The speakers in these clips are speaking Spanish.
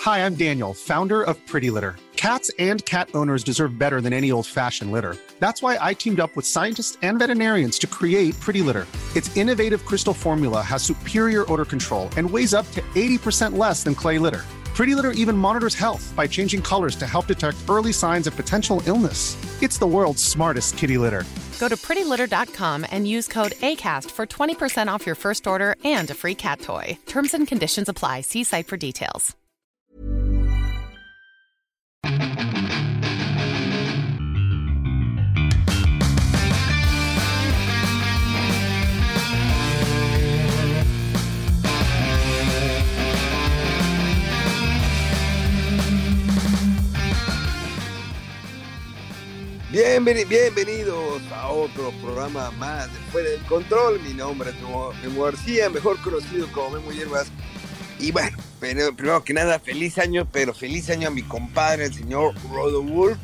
Hi, I'm Daniel, founder of Pretty Litter. Cats and cat owners deserve better than any old-fashioned litter. That's why I teamed up with scientists and veterinarians to create Pretty Litter. Its innovative crystal formula has superior odor control and weighs up to 80% less than clay litter. Pretty Litter even monitors health by changing colors to help detect early signs of potential illness. It's the world's smartest kitty litter. Go to prettylitter.com and use code ACAST for 20% off your first order and a free cat toy. Terms and conditions apply. See site for details. Bienvenidos a otro programa más de Fuera del Control. Mi nombre es Memo García, mejor conocido como Memo Hierbas. Y bueno, primero que nada, feliz año, pero feliz año a mi compadre, el señor Rodowulf.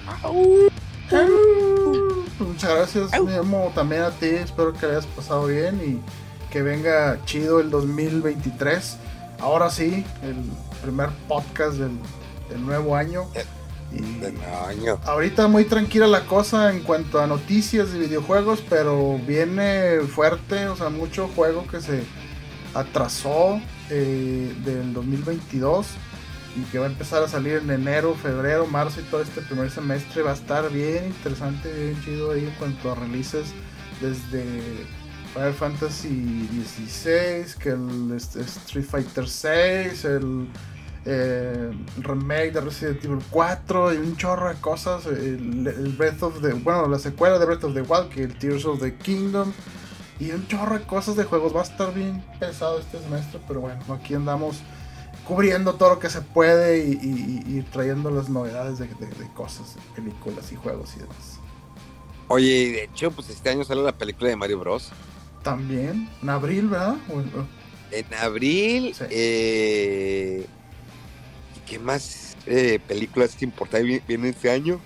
Muchas gracias, Memo, también a ti. Espero que le hayas pasado bien y que venga chido el 2023. Ahora sí, el primer podcast del nuevo año. Ahorita muy tranquila la cosa en cuanto a noticias de videojuegos, pero viene fuerte, o sea, mucho juego que se atrasó del 2022 y que va a empezar a salir en enero, febrero, marzo y todo este primer semestre. Va a estar bien interesante, bien chido ahí en cuanto a releases, desde Final Fantasy XVI, que el Street Fighter VI, el remake de Resident Evil 4 y un chorro de cosas, el la secuela de Breath of the Wild, que el Tears of the Kingdom, y un chorro de cosas de juegos. Va a estar bien pesado este semestre, pero bueno, aquí andamos cubriendo todo lo que se puede y trayendo las novedades de cosas, de películas y juegos y demás. Oye, de hecho, pues este año sale la película de Mario Bros. También, en abril, ¿verdad? En abril, sí. ¿Qué más películas importantes vienen este año?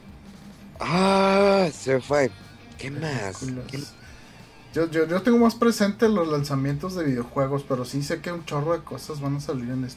Se me fue. ¿Qué más? Yo tengo más presente los lanzamientos de videojuegos, pero sí sé que un chorro de cosas van a salir en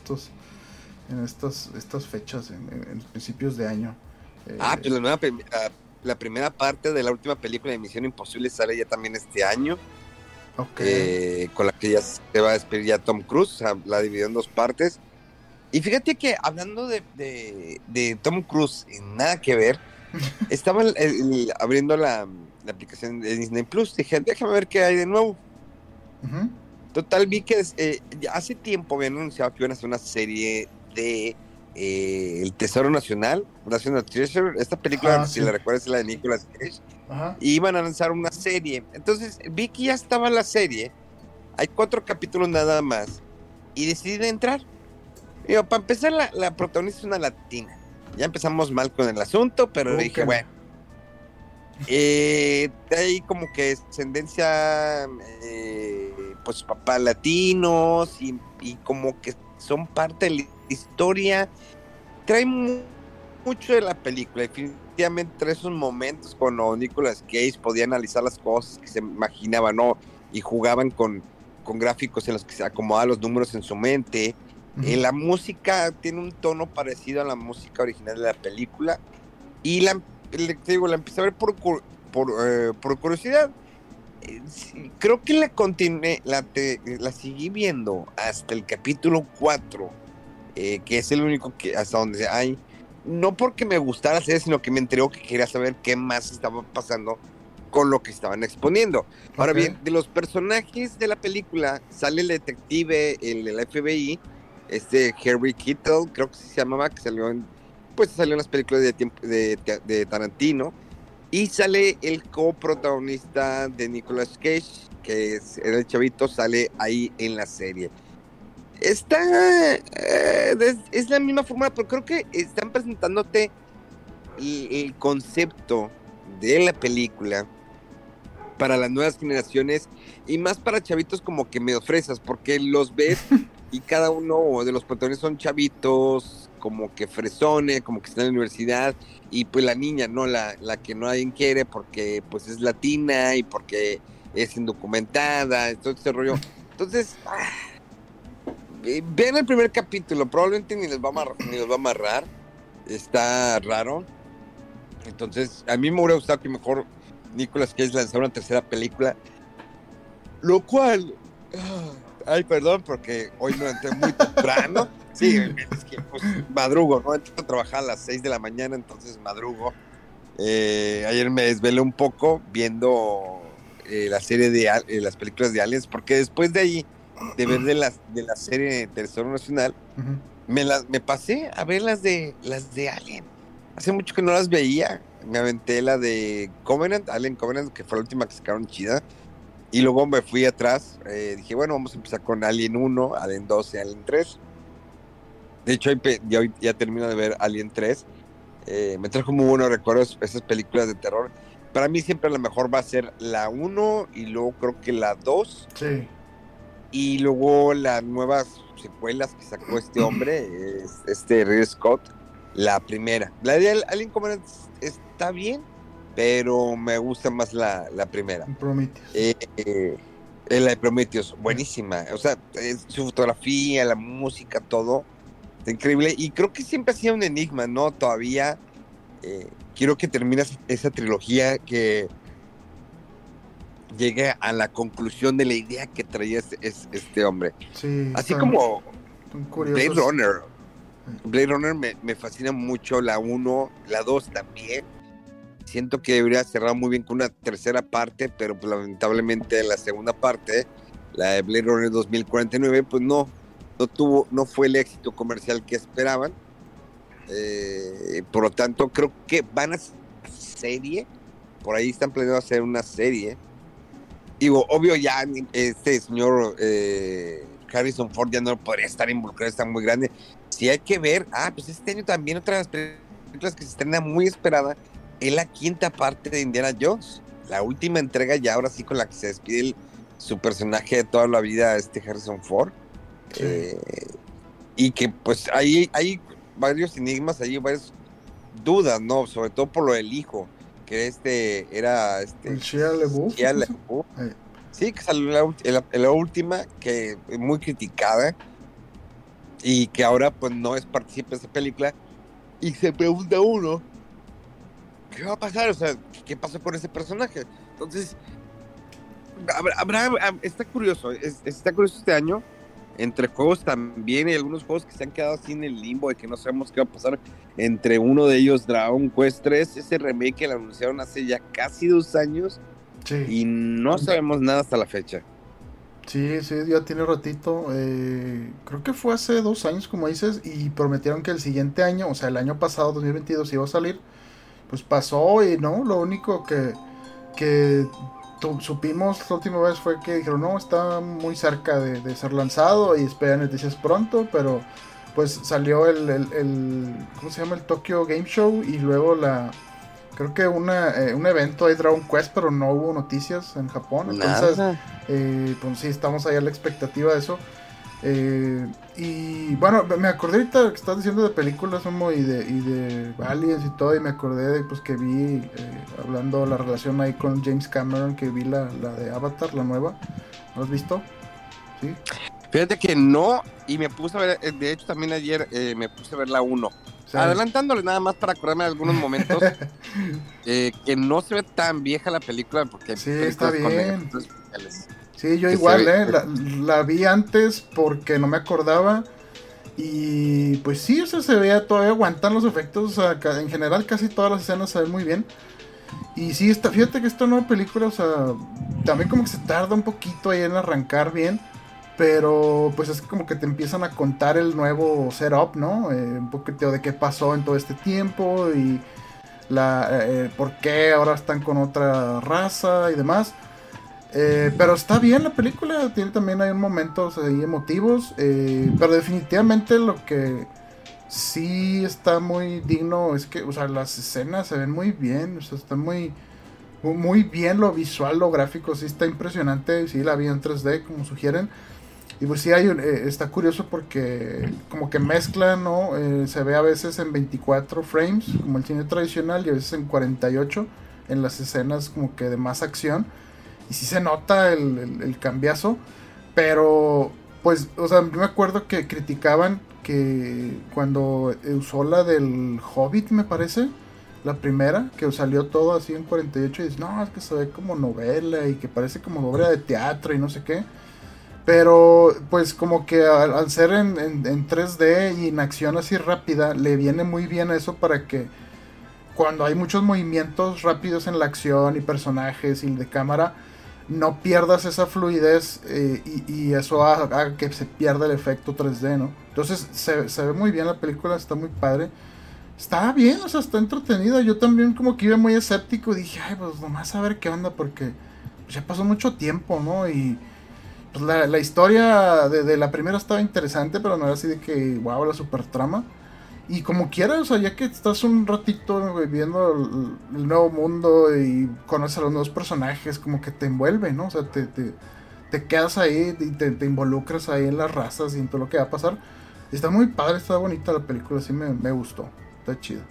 estas fechas, en principios de año. Pues la primera parte de la última película de Misión Imposible sale ya también este año. Okay. Con la que ya se va a despedir ya Tom Cruise, o sea, la dividió en dos partes. Y fíjate que hablando de Tom Cruise, nada que ver, estaba abriendo la aplicación de Disney Plus. Dije, déjame ver qué hay de nuevo. Uh-huh. Total, vi que hace tiempo habían anunciado que iban a hacer una serie de El Tesoro Nacional, National Treasure. Esta película, si la recuerdas, es la de Nicolas Cage. Uh-huh. Y iban a lanzar una serie. Entonces vi que ya estaba la serie. Hay 4 capítulos nada más. Y decidí entrar. Digo, para empezar, la protagonista es una latina. Ya empezamos mal con el asunto, pero dije, bueno. Hay como que descendencia, pues papás latinos y como que son parte de la historia. Trae mucho de la película. Definitivamente trae esos momentos cuando Nicolas Cage podía analizar las cosas que se imaginaban, ¿no? Y jugaban con gráficos en los que se acomodaban los números en su mente. La música tiene un tono parecido a la música original de la película y la empecé a ver por curiosidad. Creo que la continué, la seguí viendo hasta el capítulo 4, que es el único que hasta donde hay, no porque me gustara la serie, sino que me enteré que quería saber qué más estaba pasando con lo que estaban exponiendo. Ahora bien, de los personajes de la película sale el detective, el de la FBI, Harry Keitel, creo que se llamaba, que salió en las películas de Tarantino, y sale el coprotagonista de Nicolas Cage, que era el chavito, sale ahí en la serie. Es la misma fórmula, pero creo que están presentándote el concepto de la película para las nuevas generaciones y más para chavitos como que medio fresas, porque los ves y cada uno de los protagonistas son chavitos como que fresones, como que están en la universidad, y pues la niña, ¿no? La que nadie quiere porque pues es latina y porque es indocumentada, todo este rollo. Entonces, Vean el primer capítulo, probablemente ni los va a amarrar. Está raro. Entonces, a mí me hubiera gustado que mejor Nicolas Cage lanzara una tercera película. Lo cual... Ay, perdón, porque hoy me levanté muy temprano. Sí, es que pues madrugo, ¿no? Entro a trabajar a las 6 de la mañana, entonces madrugo. Ayer me desvelé un poco viendo la serie de las películas de Aliens, porque después de ahí, de ver de la serie de Tesoro Nacional, me pasé a ver las de Alien. Hace mucho que no las veía. Me aventé la de Covenant, Alien Covenant, que fue la última que sacaron chida. Y luego me fui atrás. Dije, bueno, vamos a empezar con Alien 1, Alien 2 y Alien 3. De hecho, hoy ya termino de ver Alien 3. Me trajo muy buenos recuerdos esas películas de terror. Para mí siempre la mejor va a ser la 1 y luego creo que la 2. Sí. Y luego las nuevas secuelas que sacó este hombre, Ridley Scott, la primera. La de Alien Covenant está bien, pero me gusta más la primera. Prometheus. La de Prometheus, buenísima. O sea, su fotografía, la música, todo, está increíble. Y creo que siempre ha sido un enigma, ¿no? Todavía quiero que termines esa trilogía, que llegue a la conclusión de la idea que traía este hombre. Sí, así como Blade Runner. Blade Runner me fascina mucho, la 1, la 2 también. Siento que debería cerrar muy bien con una tercera parte, pero pues, lamentablemente en la segunda parte, la de Blade Runner 2049, pues no fue el éxito comercial que esperaban. Por lo tanto, creo que van a hacer serie. Por ahí están planeando hacer una serie. Digo, obvio ya este señor Harrison Ford ya no podría estar involucrado, está muy grande. Si hay que ver, pues este año también otra de las películas que se estrena muy esperada es la quinta parte de Indiana Jones, la última entrega ya ahora sí con la que se despide su personaje de toda la vida, Harrison Ford. Sí. Y que pues hay varios enigmas, hay varias dudas, ¿no? Sobre todo por lo del hijo, que era Shia LaBeouf. Sí, que salió la última, que es muy criticada y que ahora pues no es partícipe de esa película, y se pregunta uno, ¿qué va a pasar? O sea, ¿qué pasó con ese personaje? Entonces, está curioso este año. Entre juegos también hay algunos juegos que se han quedado así en el limbo de que no sabemos qué va a pasar. Entre uno de ellos, Dragon Quest 3, ese remake que lo anunciaron hace ya casi 2 años. Sí. Y no sabemos nada hasta la fecha. Sí, ya tiene ratito. Creo que fue hace 2 años, como dices, y prometieron que el siguiente año, o sea, el año pasado, 2022, iba a salir. Pues pasó y no, lo único que supimos la última vez fue que dijeron, no, está muy cerca de ser lanzado y esperan noticias pronto, pero pues salió el ¿cómo se llama? El Tokyo Game Show, y luego creo que un evento de Dragon Quest, pero no hubo noticias en Japón. Entonces, pues sí, estamos ahí a la expectativa de eso. Y bueno, me acordé ahorita que estás diciendo de películas, Momo, y de aliens y todo, y me acordé de pues que vi, hablando la relación ahí con James Cameron, que vi la de Avatar, la nueva. ¿Lo has visto? ¿Sí? Fíjate que no, y me puse a ver, de hecho también ayer me puse a ver la 1. Sí. Adelantándole nada más para acordarme de algunos momentos, que no se ve tan vieja la película, porque sí, está bien. Sí, yo igual, la vi antes porque no me acordaba, y pues sí, o sea, se veía, todavía aguantan los efectos, o sea, en general casi todas las escenas se ven muy bien. Y sí, fíjate que esta nueva película, o sea, también como que se tarda un poquito ahí en arrancar bien, pero pues es como que te empiezan a contar el nuevo setup, ¿no? Un poquito de qué pasó en todo este tiempo y por qué ahora están con otra raza y demás. Pero está bien la película, tiene también hay momentos ahí emotivos, pero definitivamente lo que sí está muy digno es que, o sea, las escenas se ven muy bien, o sea, está muy bien lo visual, lo gráfico, sí está impresionante, sí la vi en 3D como sugieren. Y pues sí está curioso porque como que mezclan, ¿no? Se ve a veces en 24 frames, como el cine tradicional, y a veces en 48, en las escenas como que de más acción. Y sí se nota el cambiazo, pero Pues, o sea, yo me acuerdo que criticaban que cuando usó la del Hobbit, me parece, la primera, que salió todo así en 48, y dices, no, es que se ve como novela y que parece como obra de teatro y no sé qué. Pero, pues, como que al ser en 3D y en acción así rápida, le viene muy bien eso para que cuando hay muchos movimientos rápidos en la acción y personajes y de cámara, no pierdas esa fluidez y eso haga que se pierda el efecto 3D, ¿no? Entonces se ve muy bien la película, está muy padre. Está bien, o sea, está entretenida. Yo también como que iba muy escéptico. Dije, ay, pues nomás a ver qué onda, porque pues, ya pasó mucho tiempo, ¿no? Y pues la historia de la primera estaba interesante, pero no era así de que, wow, la super trama. Y como quieras, o sea, ya que estás un ratito viviendo el nuevo mundo y conoces a los nuevos personajes, como que te envuelve, ¿no? O sea, te quedas ahí y te involucras ahí en las razas y en todo lo que va a pasar. Está muy padre, está bonita la película, sí me gustó, está chido.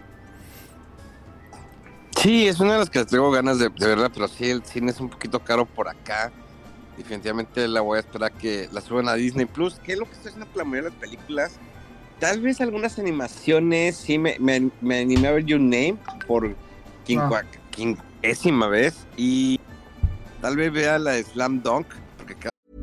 Sí, es una de las que tengo ganas de verla, pero sí, el cine es un poquito caro por acá. Definitivamente la voy a esperar que la suban a Disney Plus, que es lo que estoy haciendo con la mayoría de las películas. Tal vez algunas animaciones, sí me animé a ver Your Name por quincuagésima vez, y tal vez vea la de Slam Dunk, porque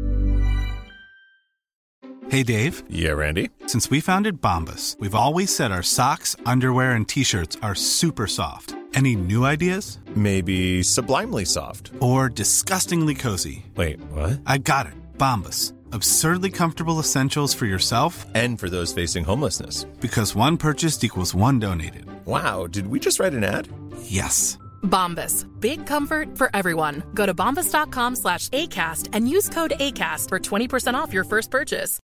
Hey, Dave. Yeah, Randy. Since we founded Bombas, we've always said our socks, underwear, and T-shirts are super soft. Any new ideas? Maybe sublimely soft. Or disgustingly cozy. Wait, what? I got it. Bombas. Absurdly comfortable essentials for yourself and for those facing homelessness. Because one purchased equals one donated. Wow, did we just write an ad? Yes. Bombas. Big comfort for everyone. Go to bombas.com/ACAST and use code ACAST for 20% off your first purchase.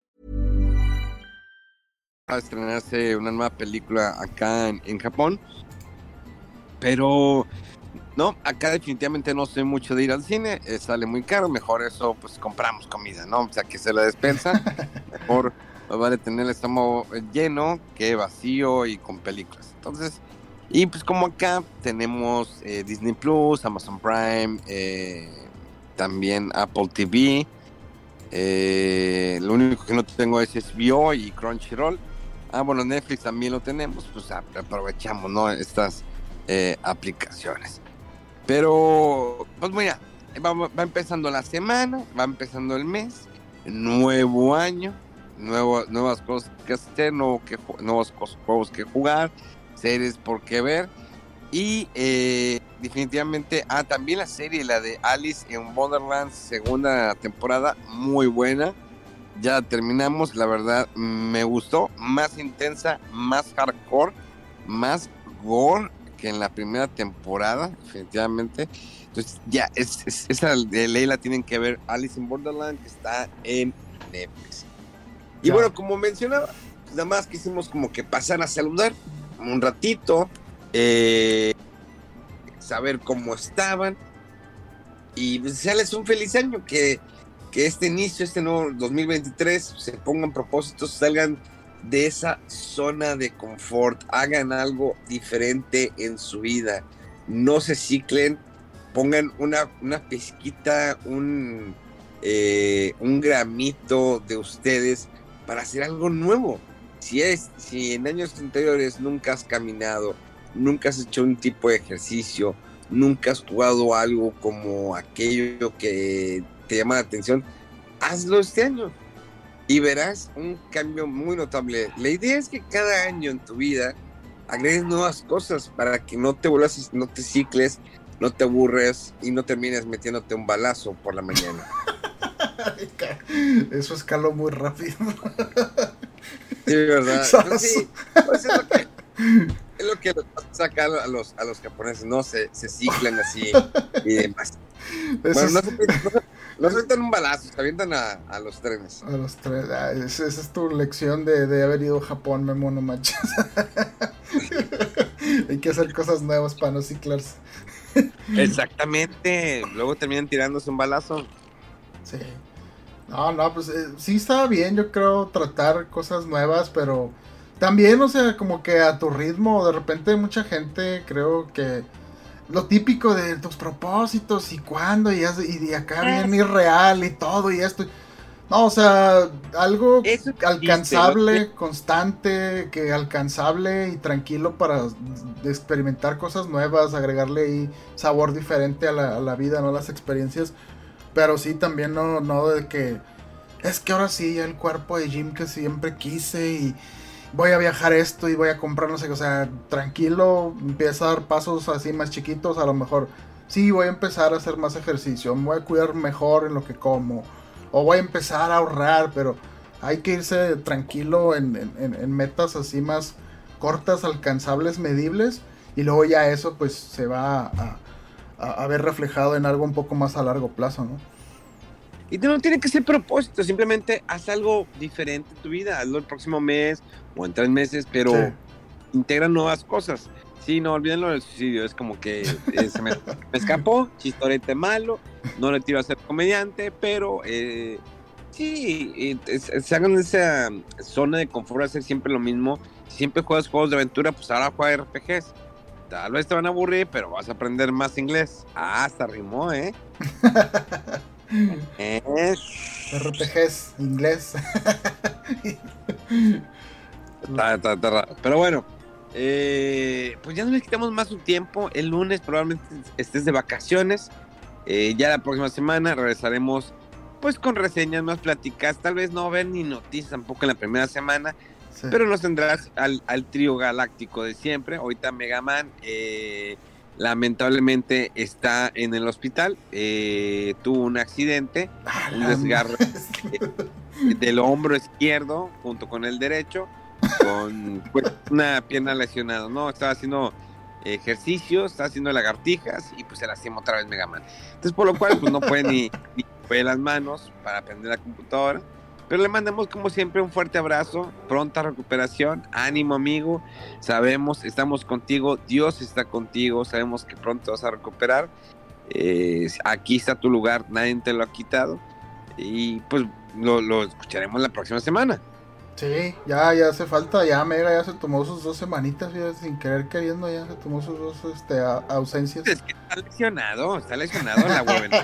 Va a estrenarse una nueva película acá en Japón, pero no, acá definitivamente no soy mucho de ir al cine, sale muy caro, mejor eso, pues compramos comida, ¿no? O sea, que se la despensa, mejor vale tener el estómago lleno que vacío y con películas. Entonces, y pues como acá tenemos Disney Plus, Amazon Prime, también Apple TV, lo único que no tengo es HBO y Crunchyroll. Bueno, Netflix también lo tenemos, pues aprovechamos, ¿no? Estas aplicaciones. Pero, pues mira, va empezando la semana, va empezando el mes, nuevo año, nuevas cosas que hacer, nuevos juegos que jugar, series por qué ver. Y definitivamente, también la serie, la de Alice in Wonderland, segunda temporada, muy buena. Ya terminamos, la verdad me gustó, más intensa, más hardcore, más gore que en la primera temporada, definitivamente. Entonces ya, esa de ley la tienen que ver, Alice in Borderland, que está en Netflix. Y bueno, como mencionaba, pues nada más quisimos como que pasar a saludar un ratito, saber cómo estaban, y desearles un feliz año, que este inicio, este nuevo 2023, se pongan propósitos, salgan de esa zona de confort, hagan algo diferente en su vida, no se ciclen, pongan una pizquita, un gramito de ustedes para hacer algo nuevo. Si en años anteriores nunca has caminado, nunca has hecho un tipo de ejercicio, nunca has jugado algo como aquello que te llama la atención, hazlo este año y verás un cambio muy notable. La idea es que cada año en tu vida agregues nuevas cosas para que no te vuelvas, no te cicles, no te aburres y no termines metiéndote un balazo por la mañana. Eso escaló muy rápido. Sí, ¿verdad? Entonces, sí, pues es lo que saca a los japoneses, no se ciclan así y demás. Bueno, no se avientan un balazo, se avientan a los trenes. A los trenes. Esa es tu lección de haber ido a Japón, Memo, no manches. Hay que hacer cosas nuevas para no ciclarse. Exactamente. Luego terminan tirándose un balazo. Sí. No, pues sí estaba bien, yo creo, tratar cosas nuevas, pero también, o sea, como que a tu ritmo. De repente mucha gente, creo que lo típico de tus propósitos y cuándo, y acá bien irreal y todo y esto. No, o sea, algo Eso alcanzable, constante, que alcanzable y tranquilo para experimentar cosas nuevas, agregarle ahí sabor diferente a la vida, ¿no? Las experiencias. Pero sí, también no de que... Es que ahora sí, ya el cuerpo de gym que siempre quise y voy a viajar esto y voy a comprar no sé qué. O sea, tranquilo, empieza a dar pasos así más chiquitos. A lo mejor, sí, voy a empezar a hacer más ejercicio, me voy a cuidar mejor en lo que como. O voy a empezar a ahorrar, pero hay que irse tranquilo en metas así más cortas, alcanzables, medibles. Y luego ya eso pues se va a ver reflejado en algo un poco más a largo plazo, ¿no? Y no tiene que ser propósito, simplemente haz algo diferente en tu vida, hazlo el próximo mes o en 3 meses, pero Sí. integra nuevas cosas. Sí, no, olvídenlo del suicidio, es como que se me escapó, chistorete malo, no le tiro a ser comediante, pero sí, se hagan esa zona de confort, hacer siempre lo mismo. Si siempre juegas juegos de aventura, pues ahora juega RPGs. Tal vez te van a aburrir, pero vas a aprender más inglés. Ah, hasta rimó, ¿eh? RPGs, inglés. Está raro. Pero bueno, pues ya no les quitamos más su tiempo. El lunes probablemente estés de vacaciones. Ya la próxima semana regresaremos pues con reseñas más pláticas. Tal vez no ver ni noticias tampoco en la primera semana. Sí. Pero nos tendrás al trío galáctico de siempre. Ahorita Mega Man lamentablemente está en el hospital. Tuvo un accidente, un desgarre del hombro izquierdo junto con el derecho, con pues, una pierna lesionada, ¿no? Estaba haciendo ejercicios, estaba haciendo lagartijas y pues se lastimó otra vez Mega Man. Entonces, por lo cual, pues no puede ni mover las manos para aprender la computadora. Pero le mandamos como siempre un fuerte abrazo, pronta recuperación, ánimo amigo, sabemos, estamos contigo, Dios está contigo, sabemos que pronto vas a recuperar, aquí está tu lugar, nadie te lo ha quitado y pues lo escucharemos la próxima semana. Sí, ya hace falta, ya Mega ya se tomó sus 2 semanitas, ya, sin querer queriendo, ya se tomó sus 2 ausencias. Es que está lesionado la huevona.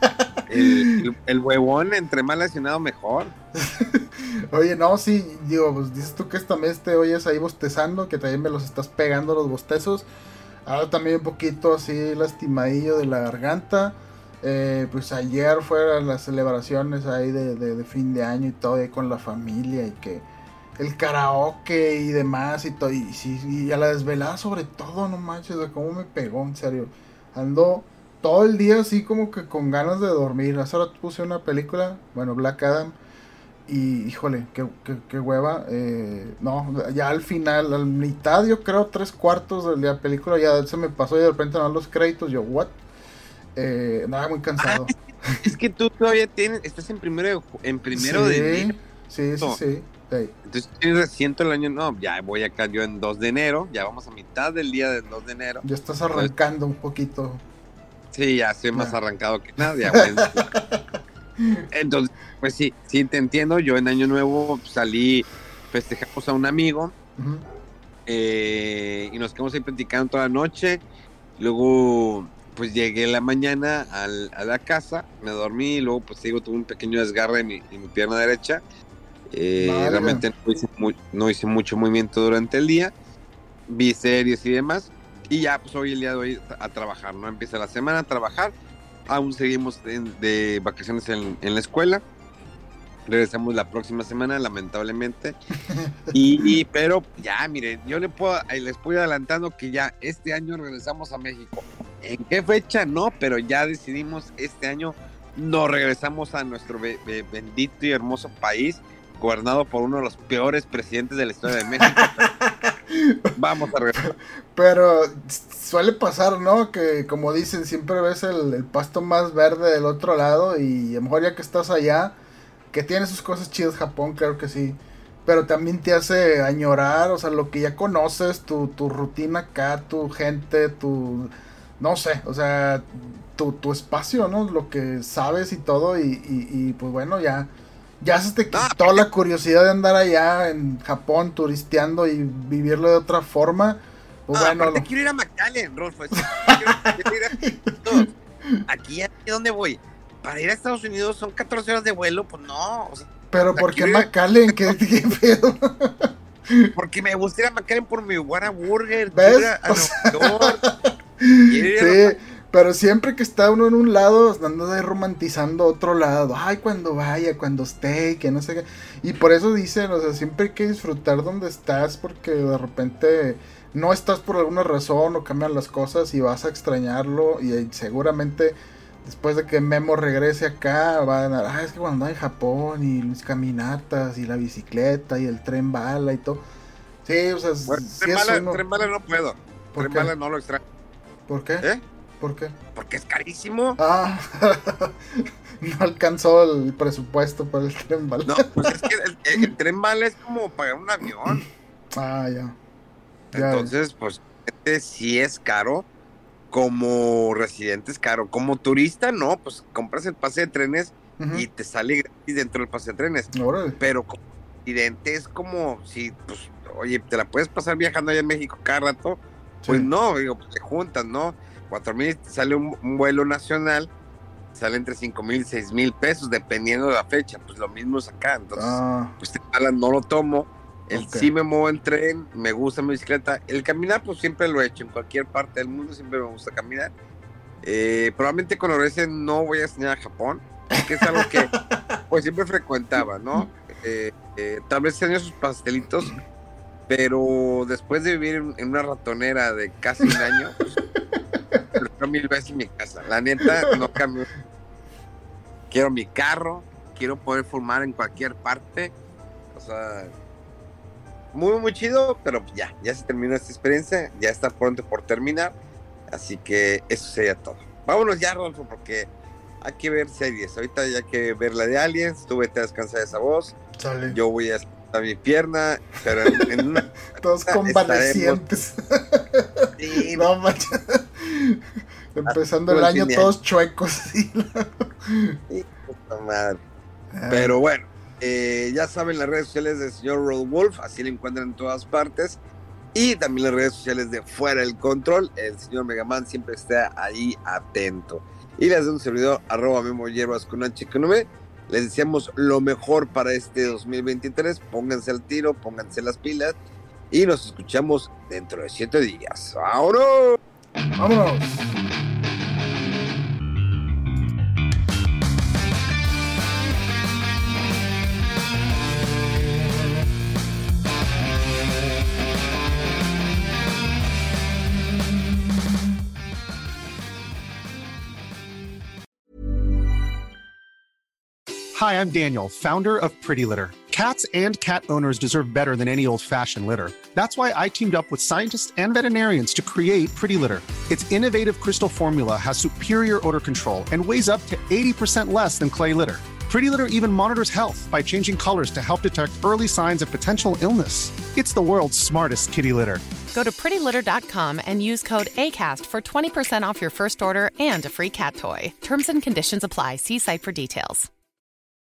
El huevón, entre más lesionado mejor. Oye, no, sí, digo, pues dices tú que también oyes ahí bostezando, que también me los estás pegando los bostezos. Ahora también un poquito así lastimadillo de la garganta. Pues ayer fueron las celebraciones ahí de fin de año y todo ahí con la familia y que el karaoke y demás y todo. Y, sí, y a la desvelada sobre todo, no manches, de cómo me pegó, en serio. Ando todo el día así como que con ganas de dormir. Hace rato puse una película, bueno, Black Adam. Y híjole, qué hueva. No, ya al final, al mitad, yo creo 3/4 de la película ya se me pasó y de repente no los créditos. Yo, ¿what? Nada, muy cansado. Es que tú todavía estás en primero sí, de enero. Sí. Entonces tienes recién el año. No, ya voy acá yo en 2 de enero. Ya vamos a mitad del día del 2 de enero. Ya estás arrancando un poquito. Sí, ya estoy más arrancado que nada. Ya, bueno. Entonces, pues sí te entiendo. Yo en Año Nuevo salí, festejamos a un amigo. Uh-huh. Y nos quedamos ahí platicando toda la noche. Luego pues llegué en la mañana a la casa, me dormí y luego pues tuve un pequeño desgarre en mi pierna derecha. Realmente no hice mucho movimiento durante el día, vi series y demás, y ya pues hoy el día de hoy a trabajar, ¿no? Empieza la semana a trabajar, aún seguimos de vacaciones en la escuela, regresamos la próxima semana lamentablemente, pero ya miren, yo les voy adelantando que ya este año regresamos a México. ¿En qué fecha? No, pero ya decidimos este año nos regresamos a nuestro bendito y hermoso país, gobernado por uno de los peores presidentes de la historia de México. Vamos a regresar. Pero suele pasar, ¿no? Que como dicen, siempre ves el pasto más verde del otro lado y a lo mejor ya que estás allá, que tiene sus cosas chidas Japón, claro que sí, pero también te hace añorar, o sea, lo que ya conoces, tu rutina acá, tu gente, no sé, o sea, tu espacio, ¿no? Lo que sabes y todo, y pues bueno, ya se te quitó la curiosidad de andar allá en Japón turisteando y vivirlo de otra forma. Pues bueno, quiero ir a McAllen, Rolfo. Aquí, ¿dónde voy? para ir a Estados Unidos son 14 horas de vuelo, pues no. O sea, Pero ¿por qué McAllen? ¿Qué pedo? Porque me gusta ir a McAllen por mi Whataburger. ¿Ves? Sí, pero siempre que está uno en un lado, anda ahí romantizando otro lado. Ay, cuando vaya, cuando esté, que no sé qué. Y por eso dicen, o sea, siempre hay que disfrutar donde estás, porque de repente no estás por alguna razón o cambian las cosas y vas a extrañarlo. Y seguramente después de que Memo regrese acá, van a, es que cuando andaba en Japón y mis caminatas y la bicicleta y el tren bala y todo. Sí, o sea, bueno, si tren bala no puedo. Tren bala no lo extraño. ¿Por qué? ¿Eh? ¿Por qué? Porque es carísimo. Ah, no alcanzó el presupuesto para el tren bala. No, pues es que el tren bala es como pagar un avión. Ah, ya. Entonces, pues, sí es caro. Como residente es caro. Como turista, no. Pues compras el pase de trenes y te sale gratis dentro del pase de trenes. Órale. Pero como residente es como si, pues, oye, te la puedes pasar viajando allá en México cada rato. Pues no, digo, pues te juntas, ¿no? 4,000 te sale un vuelo nacional, sale entre 5,000 y 6,000 pesos, dependiendo de la fecha. Pues lo mismo es acá. Entonces, pues no lo tomo. Sí me muevo en tren, me gusta mi bicicleta. El caminar, pues siempre lo he hecho. En cualquier parte del mundo siempre me gusta caminar. Probablemente cuando regrese no voy a enseñar a Japón, que es algo que pues siempre frecuentaba, ¿no? Tal vez enseño sus pastelitos, pero después de vivir en una ratonera de casi un año, pues, prefiero 1000 veces mi casa. La neta, no cambio. Quiero mi carro, quiero poder fumar en cualquier parte. O sea, muy, muy chido, pero ya se terminó esta experiencia, ya está pronto por terminar. Así que eso sería todo. Vámonos ya, Rodolfo, porque hay que ver series. Ahorita ya hay que ver la de Aliens. Tú vete a descansar de esa voz. Sale. Yo voy a mi pierna, pero en una todos convalecientes. Sí, no manches. Empezando el año genial. Todos chuecos. Sí, puta madre. Pero bueno, ya saben las redes sociales del señor Rodolfo, así lo encuentran en todas partes. Y también las redes sociales de Fuera del Control. El señor Megaman siempre está ahí atento. Y les doy un servidor, @Memo_Hierbas con H con V. Les deseamos lo mejor para este 2023. Pónganse al tiro, pónganse las pilas. Y nos escuchamos dentro de 7 días. ¡Vámonos! ¡Vámonos! Hi, I'm Daniel, founder of Pretty Litter. Cats and cat owners deserve better than any old-fashioned litter. That's why I teamed up with scientists and veterinarians to create Pretty Litter. Its innovative crystal formula has superior odor control and weighs up to 80% less than clay litter. Pretty Litter even monitors health by changing colors to help detect early signs of potential illness. It's the world's smartest kitty litter. Go to prettylitter.com and use code ACAST for 20% off your first order and a free cat toy. Terms and conditions apply. See site for details.